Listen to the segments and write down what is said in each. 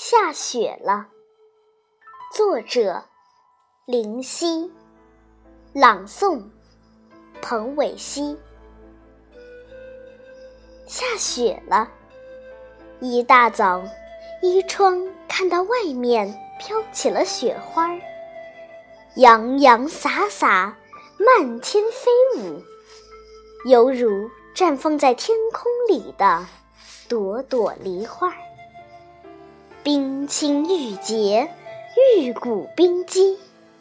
下雪了。作者林夕，朗诵彭伟熙。下雪了，一大早，依窗看到外面飘起了雪花，洋洋洒洒，漫天飞舞，犹如绽放在天空里的朵朵梨花。冰清玉洁，玉骨冰肌，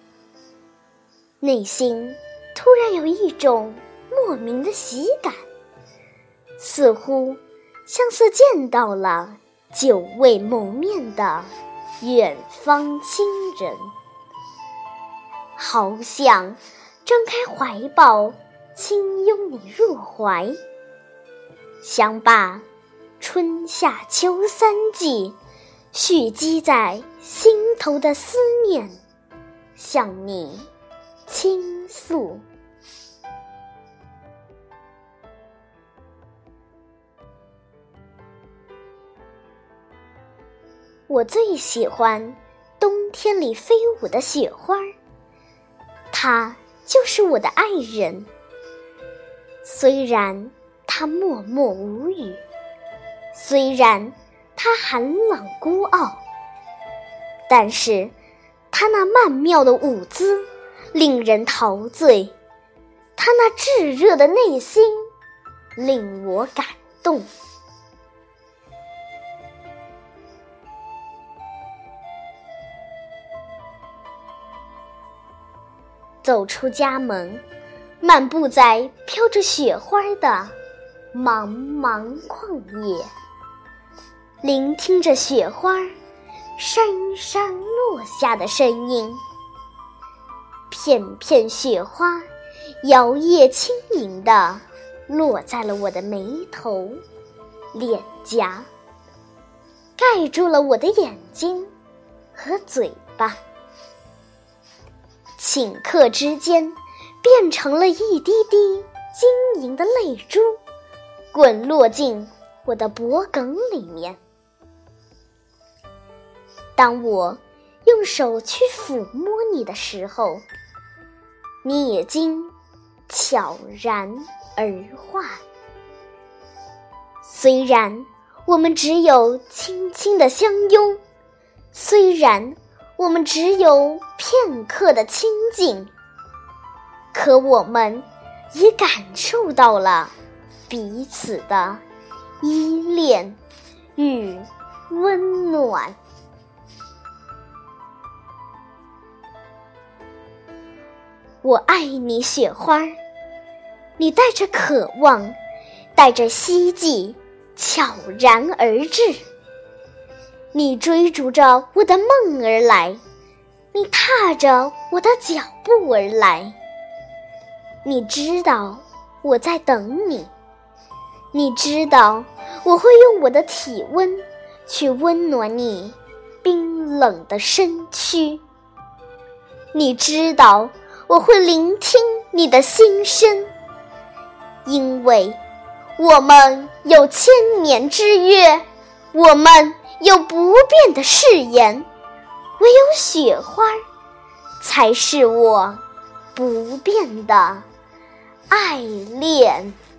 内心突然有一种莫名的喜感，似乎像是见到了久未谋面的远方亲人，好想张开怀抱，轻拥你入怀，想把春夏秋三季蓄积在心头的思念向你倾诉。我最喜欢冬天里飞舞的雪花，他就是我的爱人。虽然他默默无语，虽然他寒冷孤傲，但是他那曼妙的舞姿令人陶醉，他那炙热的内心令我感动。走出家门，漫步在飘着雪花的茫茫旷野，聆听着雪花姗姗落下的声音，片片雪花摇曳轻盈地落在了我的眉头、脸颊，盖住了我的眼睛和嘴巴，顷刻之间变成了一滴滴晶莹的泪珠，滚落进我的脖梗里面。当我用手去抚摸你的时候，你已经悄然而化。虽然我们只有轻轻的相拥，虽然我们只有片刻的亲近，可我们也感受到了彼此的依恋与温暖。我爱你，雪花，你带着渴望，带着希冀，悄然而至。你追逐着我的梦而来，你踏着我的脚步而来。你知道我在等你，你知道我会用我的体温去温暖你冰冷的身躯。你知道我会聆听你的心声，因为我们有千年之约，我们有不变的誓言，唯有雪花才是我不变的爱恋。